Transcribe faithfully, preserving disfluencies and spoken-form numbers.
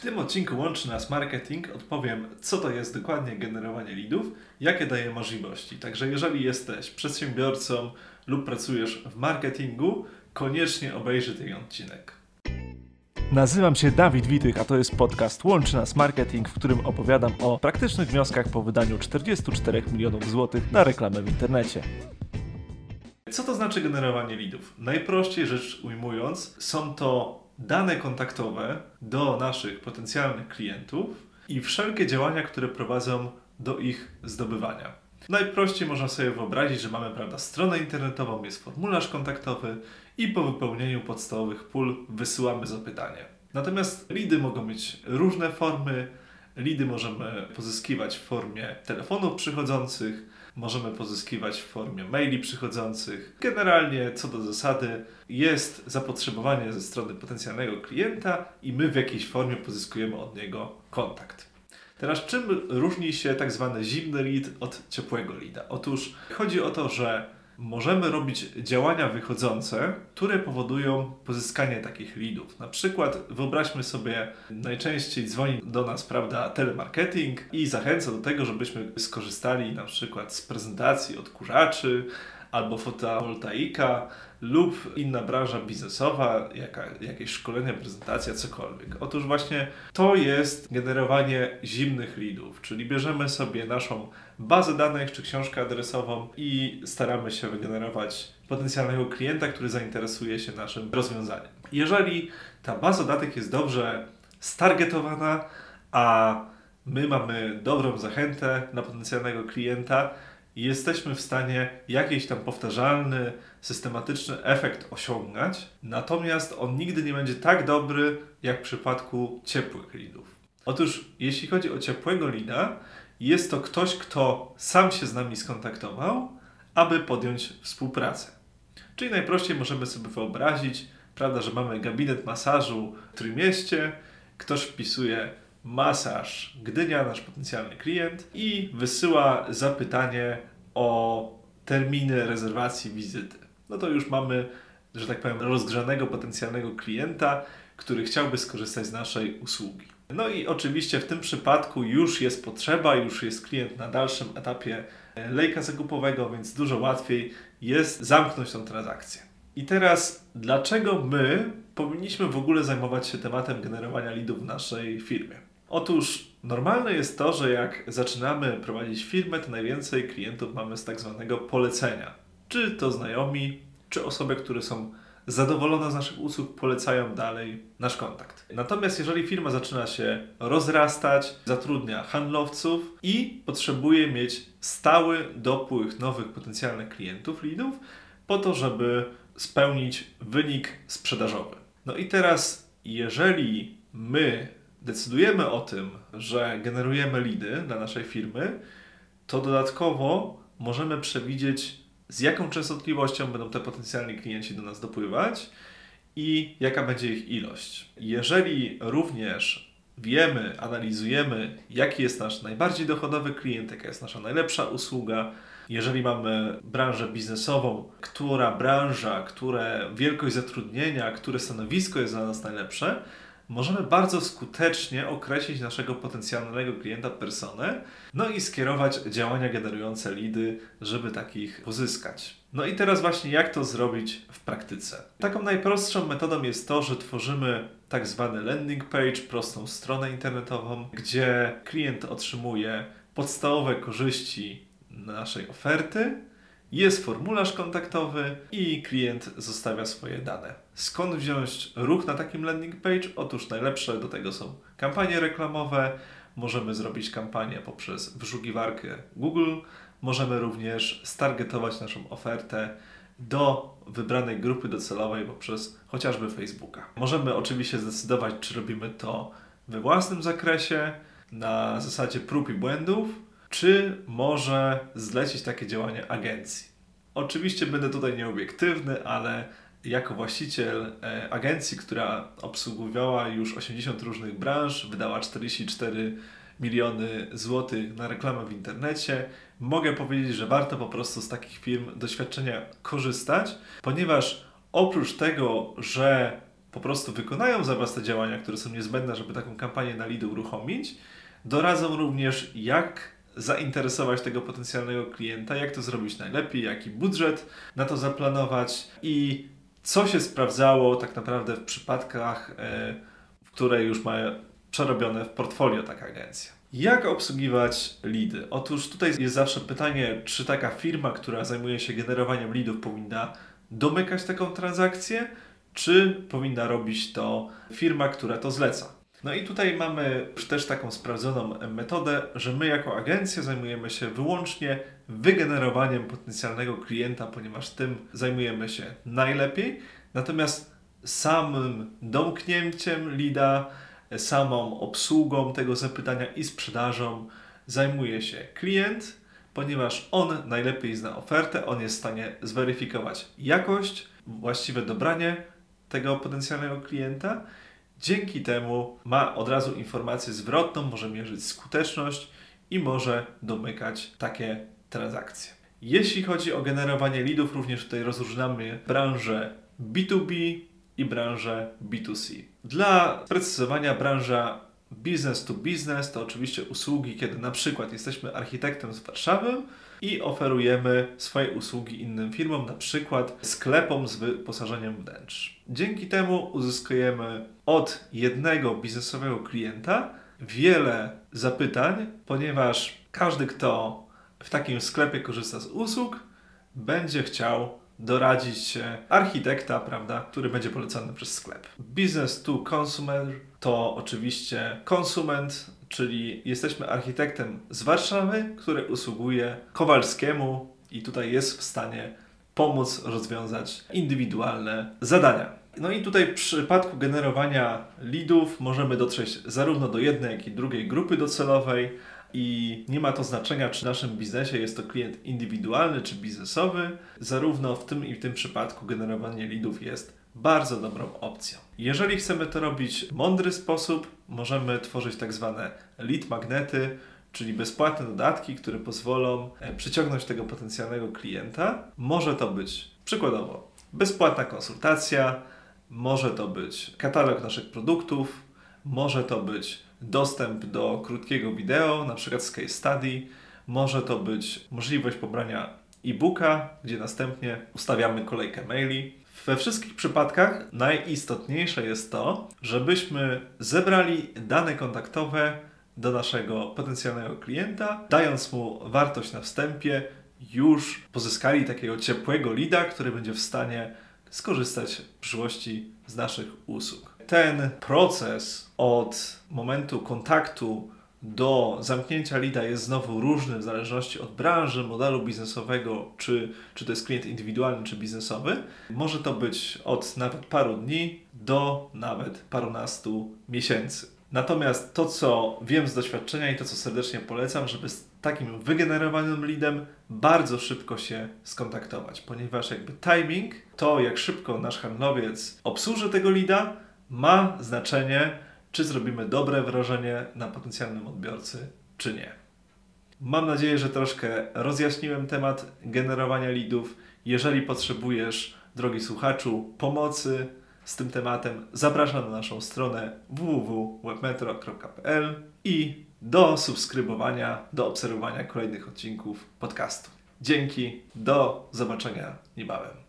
tym odcinku Łączy Nas Marketing odpowiem, co to jest dokładnie generowanie leadów, jakie daje możliwości. Także jeżeli jesteś przedsiębiorcą lub pracujesz w marketingu, koniecznie obejrzyj ten odcinek. Nazywam się Dawid Witych, a to jest podcast Łączy Nas Marketing, w którym opowiadam o praktycznych wnioskach po wydaniu czterdziestu czterech milionów złotych na reklamę w internecie. Co to znaczy generowanie leadów? Najprościej rzecz ujmując, są to dane kontaktowe do naszych potencjalnych klientów i wszelkie działania, które prowadzą do ich zdobywania. Najprościej można sobie wyobrazić, że mamy prawda, stronę internetową, jest formularz kontaktowy i po wypełnieniu podstawowych pól wysyłamy zapytanie. Natomiast leady mogą mieć różne formy. Leady możemy pozyskiwać w formie telefonów przychodzących, możemy pozyskiwać w formie maili przychodzących. Generalnie co do zasady jest zapotrzebowanie ze strony potencjalnego klienta i my w jakiejś formie pozyskujemy od niego kontakt. Teraz czym różni się tak zwany zimny lead od ciepłego leada? Otóż chodzi o to, że możemy robić działania wychodzące, które powodują pozyskanie takich leadów. Na przykład wyobraźmy sobie, najczęściej dzwoni do nas, prawda, telemarketing i zachęca do tego, żebyśmy skorzystali na przykład z prezentacji odkurzaczy albo fotowoltaika lub inna branża biznesowa, jaka, jakieś szkolenie, prezentacja, cokolwiek. Otóż właśnie to jest generowanie zimnych leadów, czyli bierzemy sobie naszą bazę danych czy książkę adresową i staramy się wygenerować potencjalnego klienta, który zainteresuje się naszym rozwiązaniem. Jeżeli ta baza danych jest dobrze stargetowana, a my mamy dobrą zachętę na potencjalnego klienta, jesteśmy w stanie jakiś tam powtarzalny, systematyczny efekt osiągać, natomiast on nigdy nie będzie tak dobry jak w przypadku ciepłych leadów. Otóż jeśli chodzi o ciepłego leada, jest to ktoś, kto sam się z nami skontaktował, aby podjąć współpracę. Czyli najprościej możemy sobie wyobrazić, prawda, że mamy gabinet masażu w Trójmieście, ktoś wpisuje masaż Gdynia, nasz potencjalny klient i wysyła zapytanie o terminy rezerwacji wizyty. No to już mamy, że tak powiem, rozgrzanego potencjalnego klienta, który chciałby skorzystać z naszej usługi. No i oczywiście w tym przypadku już jest potrzeba, już jest klient na dalszym etapie lejka zakupowego, więc dużo łatwiej jest zamknąć tą transakcję. I teraz, dlaczego my powinniśmy w ogóle zajmować się tematem generowania leadów w naszej firmie? Otóż normalne jest to, że jak zaczynamy prowadzić firmę, to najwięcej klientów mamy z tak zwanego polecenia. Czy to znajomi, czy osoby, które są zadowolone z naszych usług, polecają dalej nasz kontakt. Natomiast jeżeli firma zaczyna się rozrastać, zatrudnia handlowców i potrzebuje mieć stały dopływ nowych potencjalnych klientów, leadów, po to, żeby spełnić wynik sprzedażowy. No i teraz, jeżeli my decydujemy o tym, że generujemy leady dla naszej firmy, to dodatkowo możemy przewidzieć, z jaką częstotliwością będą te potencjalni klienci do nas dopływać i jaka będzie ich ilość. Jeżeli również wiemy, analizujemy, jaki jest nasz najbardziej dochodowy klient, jaka jest nasza najlepsza usługa, jeżeli mamy branżę biznesową, która branża, które wielkość zatrudnienia, które stanowisko jest dla nas najlepsze, możemy bardzo skutecznie określić naszego potencjalnego klienta personę, no i skierować działania generujące leady, żeby takich pozyskać. No i teraz właśnie jak to zrobić w praktyce? Taką najprostszą metodą jest to, że tworzymy tak zwany landing page, prostą stronę internetową, gdzie klient otrzymuje podstawowe korzyści naszej oferty, jest formularz kontaktowy i klient zostawia swoje dane. Skąd wziąć ruch na takim landing page? Otóż najlepsze do tego są kampanie reklamowe. Możemy zrobić kampanię poprzez wyszukiwarkę Google. Możemy również stargetować naszą ofertę do wybranej grupy docelowej poprzez chociażby Facebooka. Możemy oczywiście zdecydować, czy robimy to we własnym zakresie, na zasadzie prób i błędów, czy może zlecić takie działanie agencji. Oczywiście będę tutaj nieobiektywny, ale jako właściciel e, agencji, która obsługiwała już osiemdziesiąt różnych branż, wydała czterdzieści cztery miliony złotych na reklamę w internecie, mogę powiedzieć, że warto po prostu z takich firm doświadczenia korzystać, ponieważ oprócz tego, że po prostu wykonają za Was te działania, które są niezbędne, żeby taką kampanię na leady uruchomić, doradzą również, jak zainteresować tego potencjalnego klienta, jak to zrobić najlepiej, jaki budżet na to zaplanować i co się sprawdzało tak naprawdę w przypadkach, w które już ma przerobione w portfolio taka agencja. Jak obsługiwać leady? Otóż tutaj jest zawsze pytanie, czy taka firma, która zajmuje się generowaniem leadów, powinna domykać taką transakcję, czy powinna robić to firma, która to zleca. No i tutaj mamy już też taką sprawdzoną metodę, że my jako agencja zajmujemy się wyłącznie wygenerowaniem potencjalnego klienta, ponieważ tym zajmujemy się najlepiej, natomiast samym domknięciem leada, samą obsługą tego zapytania i sprzedażą zajmuje się klient, ponieważ on najlepiej zna ofertę, on jest w stanie zweryfikować jakość, właściwe dobranie tego potencjalnego klienta. Dzięki temu ma od razu informację zwrotną, może mierzyć skuteczność i może domykać takie transakcje. Jeśli chodzi o generowanie leadów, również tutaj rozróżniamy branżę B dwa B i branżę B dwa C. Dla sprecyzowania branża business to business to oczywiście usługi, kiedy na przykład jesteśmy architektem z Warszawy i oferujemy swoje usługi innym firmom, na przykład sklepom z wyposażeniem wnętrz. Dzięki temu uzyskujemy od jednego biznesowego klienta wiele zapytań, ponieważ każdy, kto w takim sklepie korzysta z usług, będzie chciał doradzić się architekta, prawda, który będzie polecany przez sklep. Business to consumer to oczywiście konsument, czyli jesteśmy architektem z Warszawy, który usługuje Kowalskiemu i tutaj jest w stanie pomóc rozwiązać indywidualne zadania. No i tutaj w przypadku generowania leadów możemy dotrzeć zarówno do jednej, jak i drugiej grupy docelowej i nie ma to znaczenia, czy w naszym biznesie jest to klient indywidualny, czy biznesowy. Zarówno w tym i w tym przypadku generowanie leadów jest bardzo dobrą opcją. Jeżeli chcemy to robić w mądry sposób, możemy tworzyć tak zwane lead magnety, czyli bezpłatne dodatki, które pozwolą przyciągnąć tego potencjalnego klienta. Może to być przykładowo bezpłatna konsultacja, może to być katalog naszych produktów, może to być dostęp do krótkiego wideo, na przykład z case study, może to być możliwość pobrania e-booka, gdzie następnie ustawiamy kolejkę maili. We wszystkich przypadkach najistotniejsze jest to, żebyśmy zebrali dane kontaktowe do naszego potencjalnego klienta, dając mu wartość na wstępie, już pozyskali takiego ciepłego leada, który będzie w stanie skorzystać w przyszłości z naszych usług. Ten proces od momentu kontaktu do zamknięcia leada jest znowu różny w zależności od branży, modelu biznesowego, czy, czy to jest klient indywidualny, czy biznesowy. Może to być od nawet paru dni do nawet parunastu miesięcy. Natomiast to, co wiem z doświadczenia i to, co serdecznie polecam, żeby z takim wygenerowanym leadem bardzo szybko się skontaktować, ponieważ jakby timing, to jak szybko nasz handlowiec obsłuży tego leada, ma znaczenie, czy zrobimy dobre wrażenie na potencjalnym odbiorcy, czy nie. Mam nadzieję, że troszkę rozjaśniłem temat generowania leadów. Jeżeli potrzebujesz, drogi słuchaczu, pomocy z tym tematem, zapraszam na naszą stronę w w w kropka webmetro kropka p l i do subskrybowania, do obserwowania kolejnych odcinków podcastu. Dzięki, do zobaczenia niebawem.